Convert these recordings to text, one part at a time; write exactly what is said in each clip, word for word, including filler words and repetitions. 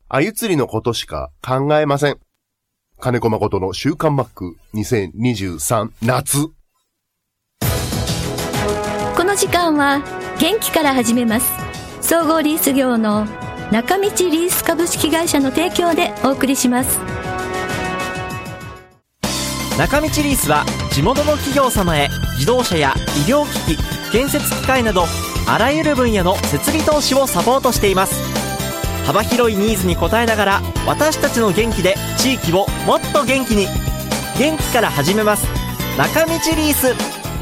鮎釣りのことしか考えません。金子誠の週刊マックにせんにじゅうさん夏。 この時間は元気から始めます。総合リース業の中道リース株式会社の提供でお送りします。 中道リースは地元の企業様へ自動車や医療機器、建設機械などあらゆる分野の設備投資をサポートしています。幅広いニーズに応えながら私たちの元気で地域をもっと元気に。元気から始めます。中道リース。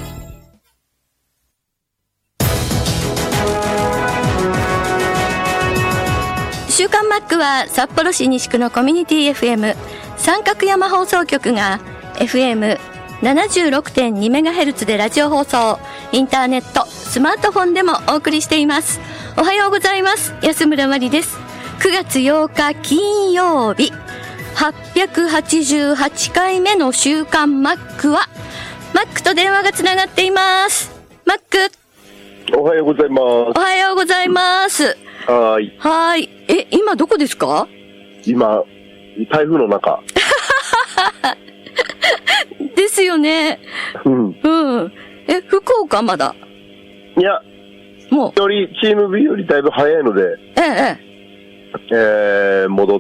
週刊マックは札幌市西区のコミュニティ エフエム 三角山放送局が エフエムななじゅうろくてんにメガヘルツ でラジオ放送、インターネット、スマートフォンでもお送りしています。おはようございます。安村まりです。くがつようか金曜日、はっぴゃくはちじゅうはちかいめの週刊マックはマックと電話がつながっています。マック、 おはようございます。 おはようございます。 はい。 はい。え、今どこですか？ 今、台風の中。 ですよね。 うん。 うん。え、福岡まだ？ いや、 もう。 より、チーム B よりだいぶ早いので、 ええ、 えー、戻って、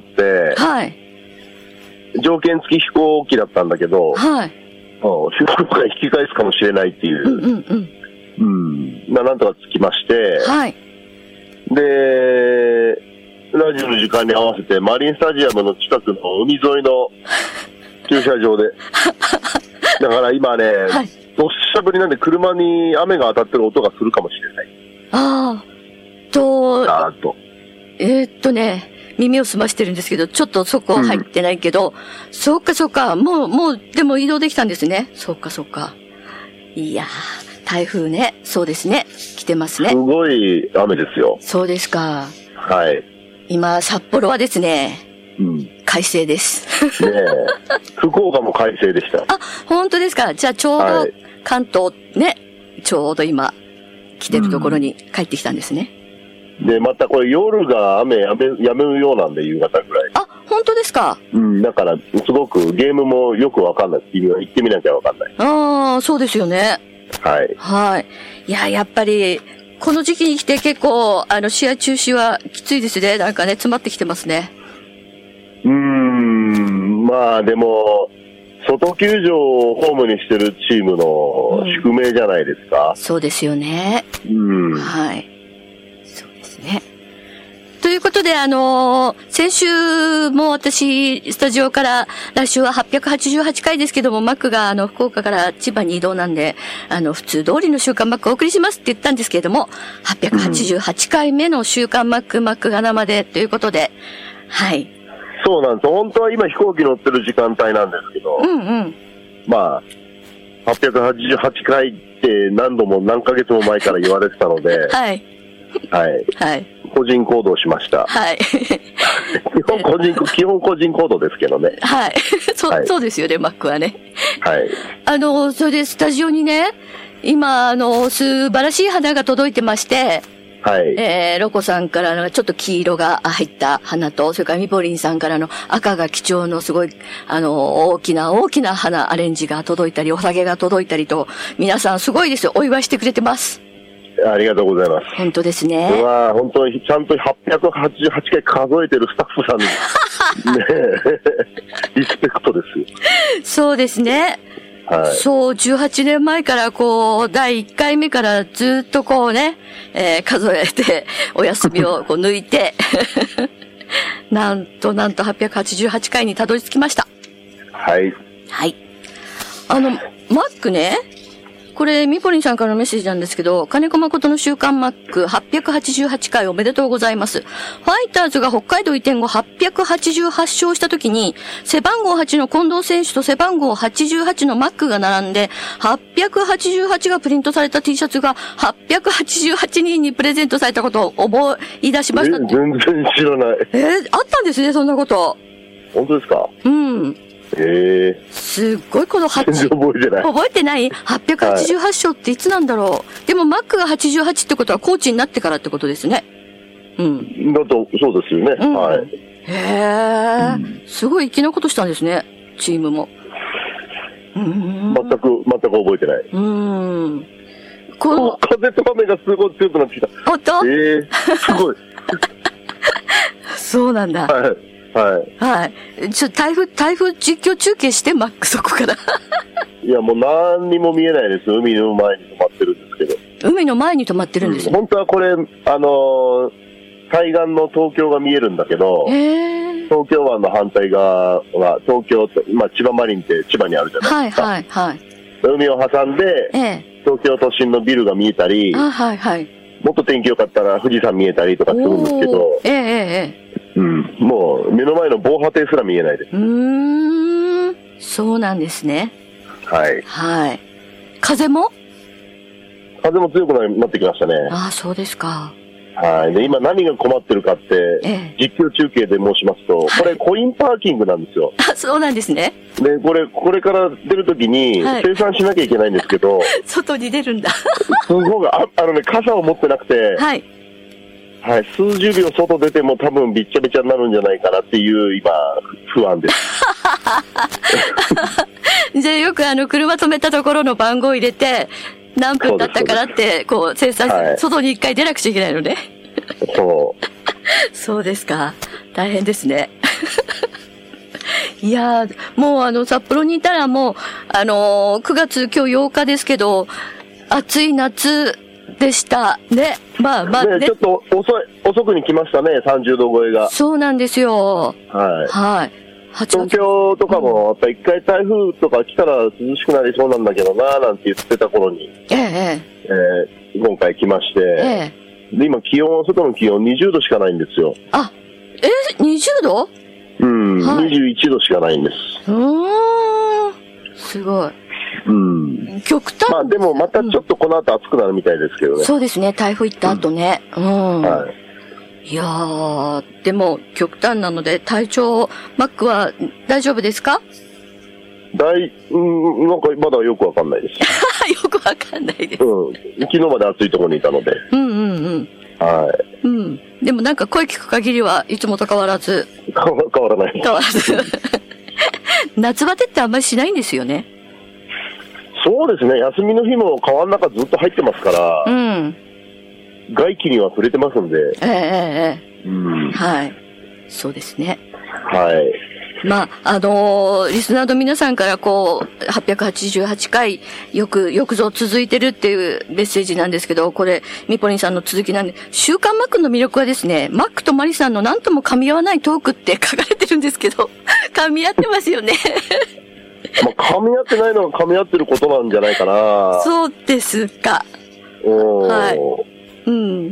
はい。 条件付き飛行機だったんだけど、 はい。 仕事が引き返すかもしれないっていう。 うんうんうん。 うん。ななんとか着きまして、 はい。 で、ラジオの時間に合わせて、マリンスタジアムの近くの海沿いの駐車場で。だから今ね、 はい、 どっしゃぶりなんで車に雨が当たってる音がするかもしれない。 ああ、と、 あーと。 えー、っとね、耳を澄ましてるんですけど、ちょっとそこ入ってないけど、うん、そうかそうか、もう、もう、でも移動できたんですね。そうかそうか。いやー、台風ね、そうですね、来てますね。 すごい雨ですよ。 そうですか。 はい。 今、札幌はですね、 うん、 快晴です。 ねえ。福岡も快晴でした。 あ、本当ですか。じゃあちょうど関東ね、はい、ちょうど今来てるところに帰ってきたんですね。 うん、で、またこれ夜が雨やめ、やめるようなんで夕方ぐらい。 あ、本当ですか。 うん、だからすごくゲームもよくわかんない。君は行ってみなきゃわかんない。 ああ、そうですよね。 はい。 はい。いや、やっぱり、この時期に来て結構、あの、試合中止はきついですね。なんかね、詰まってきてますね。 うーん、まあでも、外球場をホームにしてるチームの宿命じゃないですか。 うん、そうですよね。 うん。 はい。そうですね。ということで、あのー、先週も私、スタジオから、来週ははっぴゃくはちじゅうはちかいですけども、マックが、あの、福岡から千葉に移動なんで、あの、普通通りの週刊マックをお送りしますって言ったんですけれども、はっぴゃくはちじゅうはちかいめの週刊マック、マックが生でということで、はい。 そうなんです。本当は今飛行機乗ってる時間帯なんですけど、 うんうん。 まあ、はっぴゃくはちじゅうはちかいって何度も何ヶ月も前から言われてたので、 はい。 はい。 はい。 個人行動しました。 はい。 基本個人、基本個人行動ですけどね。 はい。そう、はい、そうですよね、マックはね。 はい。 あの、それでスタジオにね、今、あの、素晴らしい花が届いてまして、 はい。 えー、ロコさんからのちょっと黄色が入った花と、それからミポリンさんからの赤が貴重のすごい、あの、大きな大きな花アレンジが届いたり、お酒が届いたりと、皆さんすごいですよ。お祝いしてくれてます。 ありがとうございます。 本当ですね。 うわ本当にちゃんとはっぴゃくはちじゅうはちかい数えてるスタッフさんに、ねリスペクトですよ。 そうですね。はい、そう、じゅうはちねんまえからこう、だいいっかいめからずっとこうね、えー、数えて、お休みをこう抜いて、なんとなんとはっぴゃくはちじゅうはちかいにたどり着きました。 はい。 はい。あの、マックね、これ、ミポリンさんからのメッセージなんですけど、金子誠の週刊マックはっぴゃくはちじゅうはちかいおめでとうございます。ファイターズが北海道移転後はっぴゃくはちじゅうはち勝した時に、背番号はちの近藤選手と背番号はちじゅうはちのマックが並んで、はっぴゃくはちじゅうはちがプリントされた T シャツがはっぴゃくはちじゅうはちにんにプレゼントされたことを思い出しましたって。 全然知らない。 えー、あったんですね、そんなこと。 本当ですか？ うん。 ええー。 すっごいこのはち。 全然覚えてない。 覚えてない ?はっぴゃくはちじゅうはち 勝っていつなんだろう、はい、でもマックがはちじゅうはちってことはコーチになってからってことですね。うん。 だと、そうですよね。うん、はい。 へえ、うん、すごい粋なことしたんですね、チームも。 うん、全く、全く覚えてない。 うん。 この風と雨がすごい強くなってきた。 本当？ ええー、すごい。 そうなんだ。 はい。はい。 はい。ちょ、台風、台風実況中継して、マックそこから。 いや、もう何にも見えないです。海の前に止まってるんですけど。 海の前に止まってるんですね。 うん、本当はこれ、あのー、海岸の東京が見えるんだけど、東京湾の反対側は、東京と、まあ、千葉マリンって千葉にあるじゃないですか。 はい、はい、はい。 海を挟んで、ええ、東京都心のビルが見えたり、 あ、はい、はい。 もっと天気良かったら富士山見えたりとかするんですけど、 ええ、ええ。 うん、もう目の前の防波堤すら見えないです。 うーん、そうなんですね。 はい。 はい。風も？ 風も強くなってきましたね。 ああ、そうですか。 はい。で、今何が困ってるかって、ええ、実況中継で申しますと、これコインパーキングなんですよ。 あ、そうなんですね。 で、これ、これから出るときに生産しなきゃいけないんですけど、はい、 外に出るんだ。 すごい、あ、あのね、傘を持ってなくて、 はい。 はい、数十秒外出ても多分びっちゃびちゃになるんじゃないかなっていう今不安です。 じゃあよくあの車止めたところの番号入れて何分経ったからってこう生産、はい、外に一回出なくちゃいけないのね。 そう。 そうですか。大変ですね。いやー、もうあの札幌にいたらもうあのー、くがつ今日ようかですけど暑い夏でしたね。まあまあ、ねね、ちょっと遅い、遅くに来ましたね、さんじゅうど超えが。 そうなんですよ。 はい。 はい。 東京とかも、やっぱ一回台風とか来たら涼しくなりそうなんだけどな、なんて言ってた頃に、 えええー、今回来まして、 ええ、で、今気温、外の気温にじゅうどしかないんですよ。 あ、え、にじゅうど？ うん、はい、にじゅういちどしかないんです。 うーん、すごい。 うん。 極端。 まあでもまたちょっとこの後暑くなるみたいですけどね。 うん、そうですね、台風行った後ね。うん。うん、はい。いやー、でも極端なので体調、マックは大丈夫ですか？ 大、うん、なんかまだよくわかんないです。 よくわかんないです。 うん。昨日まで暑いところにいたので。 うんうんうん。 はい。 うん。でもなんか声聞く限りはいつもと変わらず。 変わらない。 変わらず。夏バテってあんまりしないんですよね。 そうですね。休みの日も川の中ずっと入ってますから。 うん。 外気には触れてますんで。 ええええ。 うん。 はい。そうですね。 はい。 まあ、あのー、リスナーの皆さんからこう、はっぴゃくはちじゅうはちかい、よく、よくぞ続いてるっていうメッセージなんですけど、これ、ミポリンさんの続きなんで、週刊マックの魅力はですね、マックとマリさんの何とも噛み合わないトークって書かれてるんですけど、噛み合ってますよね。 まあ、噛み合ってないのは噛み合ってることなんじゃないかな。 そうですか。 おー。 はい。うん。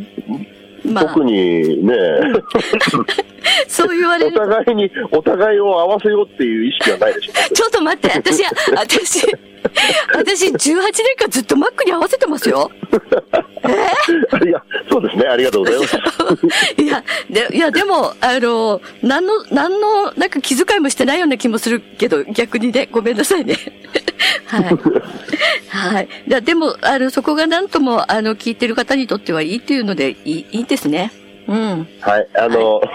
まあ、 特にね、 そう言われると。 お互いに、お互いを合わせようっていう意識はないでしょ。 ちょっと待って、私、私、私、じゅうはちねんかんずっとマックに合わせてますよ。 えいや、そうですね、ありがとうございます。 いや、で、いや、でも、あの、何の、何の、なんか気遣いもしてないような気もするけど、逆にね、ごめんなさいね。はい。はい。だでも、あの、そこが何とも、あの、聞いてる方にとってはいいっていうので、いい、いいですね。うん。 はい。あの、はい、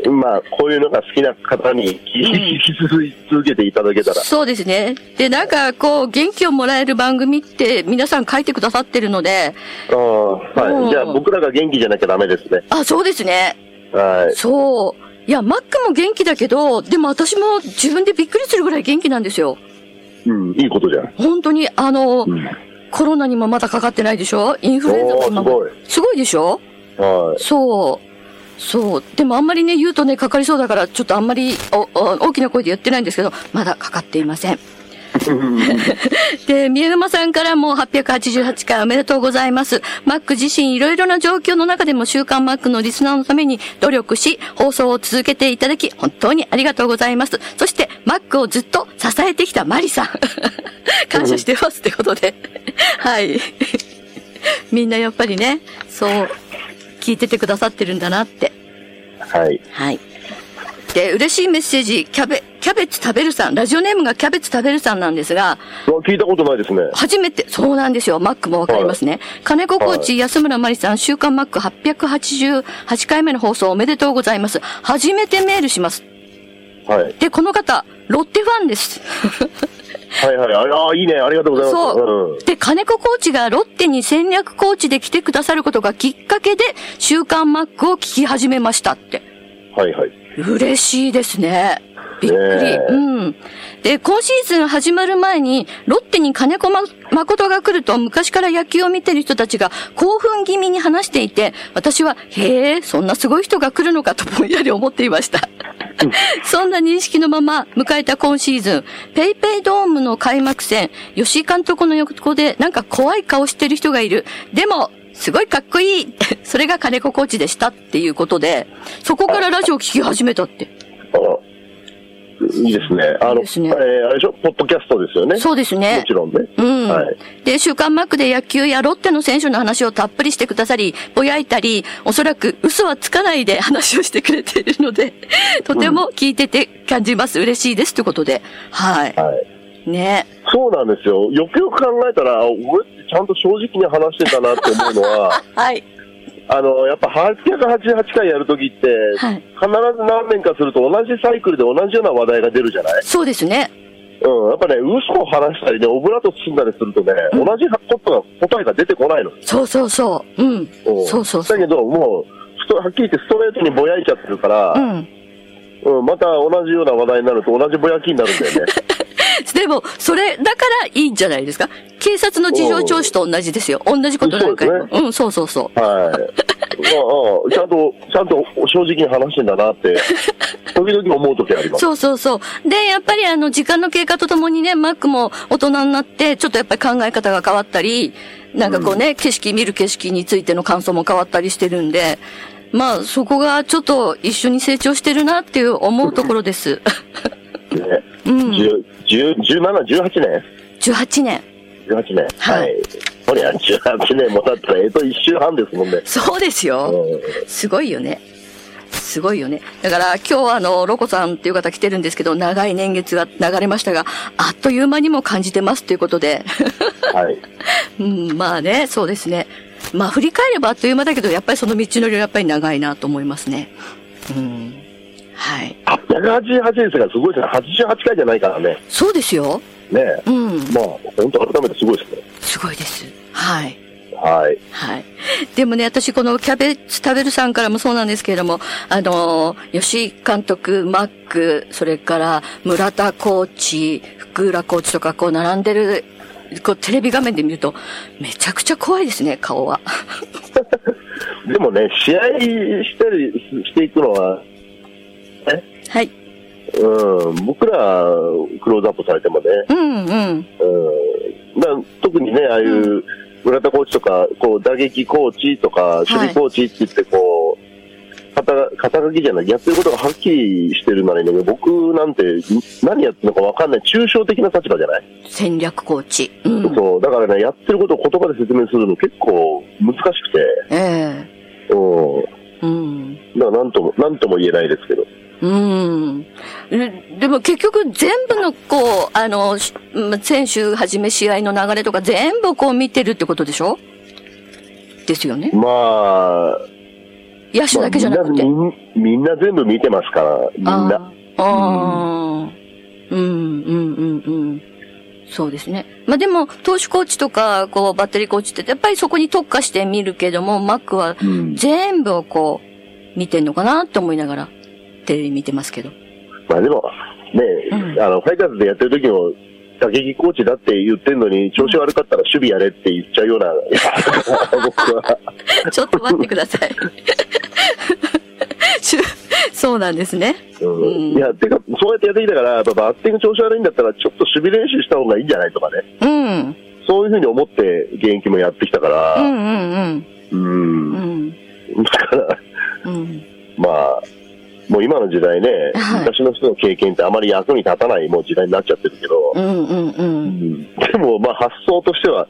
まあ、こういうのが好きな方に聞き続けていただけたら、うん。 そうですね。で、なんか、こう、元気をもらえる番組って皆さん書いてくださってるので。 ああ、はい。じゃあ、僕らが元気じゃなきゃダメですね。 あ、そうですね。 はい。 そう。いや、マックも元気だけど、でも私も自分でびっくりするぐらい元気なんですよ。 うん、いいことじゃん。 本当に、あの、うん、コロナにもまだかかってないでしょ？インフルエンザも。 すごい。 すごいでしょ？ はい。 そう。そう。でもあんまりね、言うとね、かかりそうだから、ちょっとあんまりおお大きな声で言ってないんですけど、まだかかっていません。で、宮沼さんからもはっぴゃくはちじゅうはちかいおめでとうございます。マック自身いろいろな状況の中でも週刊マックのリスナーのために努力し、放送を続けていただき、本当にありがとうございます。そして、マックをずっと支えてきたマリさん。感謝してますってことで。はい。みんなやっぱりね、そう、聞いててくださってるんだなって。 はい。 はい。 で、嬉しいメッセージ、キャベ、キャベツ食べるさん、ラジオネームがキャベツ食べるさんなんですが、 聞いたことないですね。 初めて、そうなんですよ。マックもわかりますね。はい、金子コーチ、はい、安村麻里さん、週刊マックはっぴゃくはちじゅうはちかいめの放送おめでとうございます。初めてメールします。はい。で、この方、ロッテファンです。 はいはい。ああ、いいね。ありがとうございます。 そう。うん、で、金子コーチがロッテに戦略コーチで来てくださることがきっかけで、週刊マックを聞き始めましたって。 はいはい。 嬉しいですね。びっくり。うん。で、今シーズン始まる前に、ロッテに金子誠が来ると、昔から野球を見てる人たちが興奮気味に話していて、私は、へえ、そんなすごい人が来るのかとぼんやり思っていました。そんな認識のまま迎えた今シーズン、ペイペイドームの開幕戦、吉井監督の横でなんか怖い顔してる人がいる。でも、すごいかっこいい。それが金子コーチでしたっていうことで、そこからラジオを聞き始めたって。 ああ、いいですね。あの、いいですね。えー、あれでしょ、ポッドキャストですよね。 そうですね。 もちろんね。 うん。はい。で、週刊マックで野球やロッテの選手の話をたっぷりしてくださり、ぼやいたり、おそらく嘘はつかないで話をしてくれているので、とても聞いてて感じます。うん、嬉しいですということで。はい。はい。ね。 そうなんですよ。よくよく考えたら、俺ってちゃんと正直に話してたなって思うのは、はい。あの、やっぱはっぴゃくはちじゅうはちかいやるときって、はい、必ず何年かすると同じサイクルで同じような話題が出るじゃない？ そうですね。 うん、やっぱね、嘘を話したりね、オブラート包んだりするとね、うん、同じことが、答えが出てこないの。 そうそうそう。うん。うん、そうそうそう。 だけど、もう、はっきり言ってストレートにぼやいちゃってるから、うん。うん、また同じような話題になると同じぼやきになるんだよね。 でも、それ、だからいいんじゃないですか。警察の事情聴取と同じですよ。同じことなんかにも。うん、そうそうそう。はい。 ちゃんと、ちゃんと正直に話してんだなって、時々思うときあります。 そうそうそう。で、やっぱりあの、時間の経過とともにね、マックも大人になって、ちょっとやっぱり考え方が変わったり、なんかこうね、うん、景色、見る景色についての感想も変わったりしてるんで、まあ、そこがちょっと一緒に成長してるなっていう思うところです。 ね。うん。じゅう、じゅうなな、じゅうはちねん ? じゅうはちねん。 じゅうはちねん。はい。こりゃ、じゅうはちねんも経ったら、えっと、いっしゅうはんですもんね。 そうですよ。うん、すごいよね。すごいよね。だから、今日あの、ロコさんっていう方来てるんですけど、長い年月が流れましたが、あっという間にも感じてますということで。はい。うん、まあね、そうですね。まあ、振り返ればあっという間だけど、やっぱりその道のりはやっぱり長いなと思いますね。うん。はい。 はっぴゃくはちじゅうはちですがすごいですね。はちじゅうはちかいじゃないからね。 そうですよ。 ねえ。うん。まあ、本当改めてすごいですね。 すごいです。はい。 はい。 はい。でもね、私このキャベツ食べるさんからもそうなんですけれども、あの、吉井監督、マック、それから村田コーチ、福浦コーチとかこう並んでる、こうテレビ画面で見ると、めちゃくちゃ怖いですね、顔は。 でもね、試合したりしていくのは、ね。はい。うん、僕らクローズアップされてもね。うんうん。うん、だ特にね、ああいう村田コーチとか、こう打撃コーチとか、守備コーチって言ってこう、肩、肩書きじゃない、やってることがはっきりしてるなりね、僕なんて何やってるのか分かんない、抽象的な立場じゃない？ 戦略コーチ。 うん、そう、だからね、やってることを言葉で説明するの結構難しくて。ええー。うん。うん。だからなんとも、なんとも言えないですけど。 うん。でも結局全部のこう、あの、選手はじめ試合の流れとか全部こう見てるってことでしょ？ですよね。 まあ、 野手だけじゃなくて。 まあ、みんな、みんな全部見てますから、みんな。ああ。うん、うん、うん、うん。そうですね。まあでも、投手コーチとか、こう、バッテリーコーチって、やっぱりそこに特化して見るけども、マックは全部をこう、見てんのかなって思いながら。テレビ見てますけど。 まあでも、ね、うん、あの、ファイターズでやってる時も、打撃コーチだって言ってんのに、調子悪かったら守備やれって言っちゃうような、僕は。 ちょっと待ってください。そうなんですね。 うん。いや、てか、そうやってやってきたから、やっぱバッティング調子悪いんだったら、ちょっと守備練習した方がいいんじゃないとかね。うん。そういうふうに思って、現役もやってきたから。うんうんうん。うん。うん。だから、うん。まあ、もう今の時代ね、はい、昔の人の経験ってあまり役に立たないもう時代になっちゃってるけど、うんうんうん、でもまあ発想としては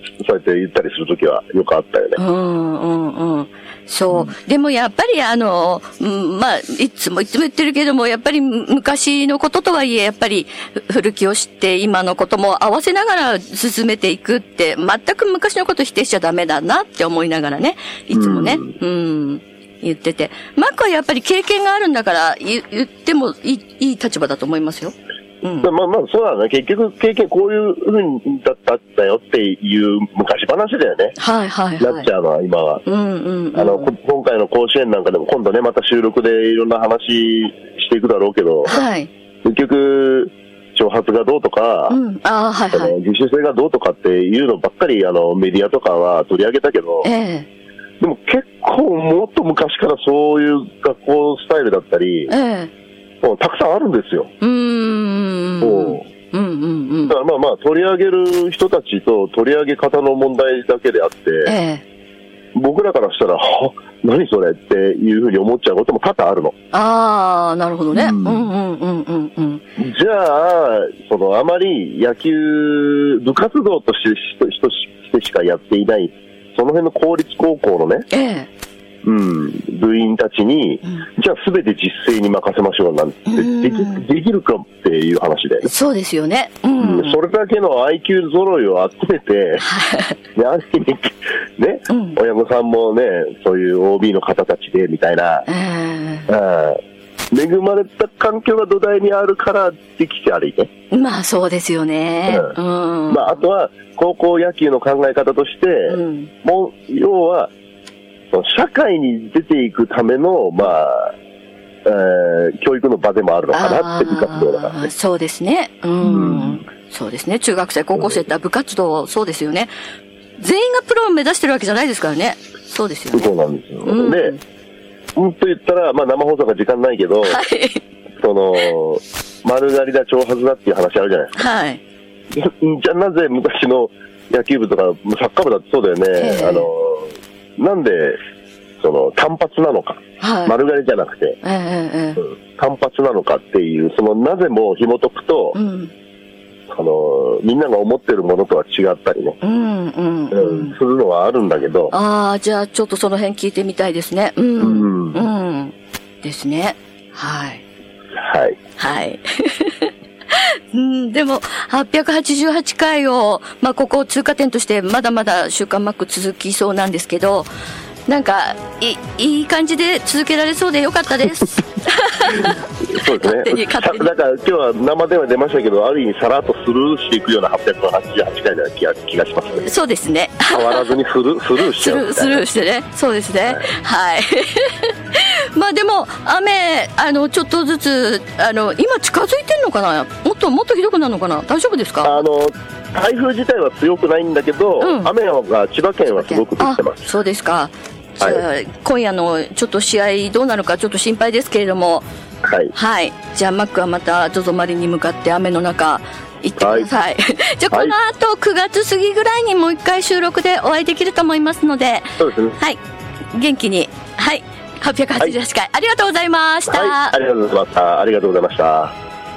そうやって言ったりするときはよくあったよね。 うんうんうん。そう。うん、でもやっぱりあの、うん、まあ、いつもいつも言ってるけども、やっぱり昔のこととはいえ、やっぱり古きを知って今のことも合わせながら進めていくって、全く昔のこと否定しちゃダメだなって思いながらね、いつもね、うん、うん言ってて。マックはやっぱり経験があるんだから、言ってもいい、いい立場だと思いますよ。うん、 まあまあ、そうだね。結局、経験こういう風にだったんだよっていう昔話だよね。 はいはいはい。 なっちゃうのは、今は。 うんうん、うん。 あの、今回の甲子園なんかでも今度ね、また収録でいろんな話していくだろうけど、 はい。 結局、挑発がどうとか、 うん、ああ、はいはい。 自主性がどうとかっていうのばっかり、あの、メディアとかは取り上げたけど、 ええ。 でも結構もっと昔からそういう学校スタイルだったり、 ええ。 もうたくさんあるんですよ。 うーん。 そう。 うんうんうん。 だからまあまあ取り上げる人たちと取り上げ方の問題だけであって、 ええ、 僕らからしたら、は何それっていうふうに思っちゃうことも多々あるの。 ああ、なるほどね。うんうんうんうんうん。 じゃあ、そのあまり野球部活動としてしてしかやっていない、その辺の公立高校のね、 ええ、 うん、部員たちに、うん、じゃあ全て実践に任せましょうなんてでき、できるかっていう話で。 そうですよね。うん、 それだけの アイキュー 揃いを集めて、ね、ある意味、ね、うん、親御さんもね、そういう オービー の方たちでみたいな、うん、恵まれた環境が土台にあるからできてあるいね。 まあそうですよね。 うんうん、まあ、あとは高校野球の考え方として、うん、もう要は社会に出ていくための、まあえー、教育の場でもあるのかなって部活動だからね。 そうですね、うん、うん、そうですね。中学生高校生って部活動、そうですよね。全員がプロを目指してるわけじゃないですからね。そうですよね。 そうなんですよ、うん、で、うんと言ったら、まあ、生放送が時間ないけど、はい、その丸刈りだ長髪だっていう話あるじゃないですか。 はい。 じゃあなぜ昔の野球部とかサッカー部だってそうだよね。あのなんでその単発なのか、はい、丸刈りじゃなくて、 えーうん、 単発なのかっていうそのなぜも紐解くと、うん、あのみんなが思ってるものとは違ったりね、 うんうんうん、 するのはあるんだけど、 ああ、じゃあちょっとその辺聞いてみたいですね。うん、うんうん、ですね。はいはいはいうん、でもはっぴゃくはちじゅうはちかいを、まあ、ここを通過点としてまだまだ週刊マック続きそうなんですけど、なんかい い, いい感じで続けられそうでよかったですそうですね。だから今日は生電話出ましたけど、ある意味さらっとスルーしていくようなはっぴゃくはちじゅうはちかいな気が気がしますね。 そうですね。 変わらずにスルースルーしちゃうみたいな。 スルーしてね。そうですね。はい。はい、まあでも雨あのちょっとずつあの今近づいてるのかな。もっともっとひどくなるのかな。大丈夫ですか。 あの台風自体は強くないんだけど、うん、雨が千葉県はすごく降ってます。 そうですか。じゃあ、はい、今夜のちょっと試合どうなるかちょっと心配ですけれども、 はい、 はい、じゃあマックはまた ゾゾ マリンに向かって雨の中行ってください、はい、じゃあこの後くがつ過ぎぐらいにもう一回収録でお会いできると思いますので、 そうですね、 はい、元気に、はい、はっぴゃくはちじゅうはちかい、はい、ありがとうございました、 はい、ありがとうございました。ありがとうございました。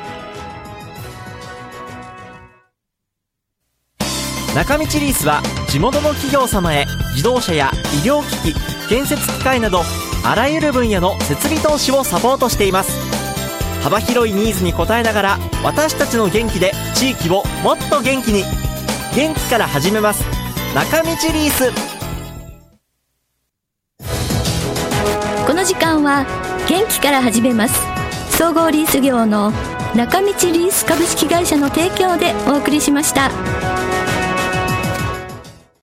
中道リースは地元の企業様へ自動車や医療機器、建設機械などあらゆる分野の設備投資をサポートしています。幅広いニーズに応えながら私たちの元気で地域をもっと元気に。元気から始めます。中道リース。 この時間は元気から始めます総合リース業の中道リース株式会社の提供でお送りしました。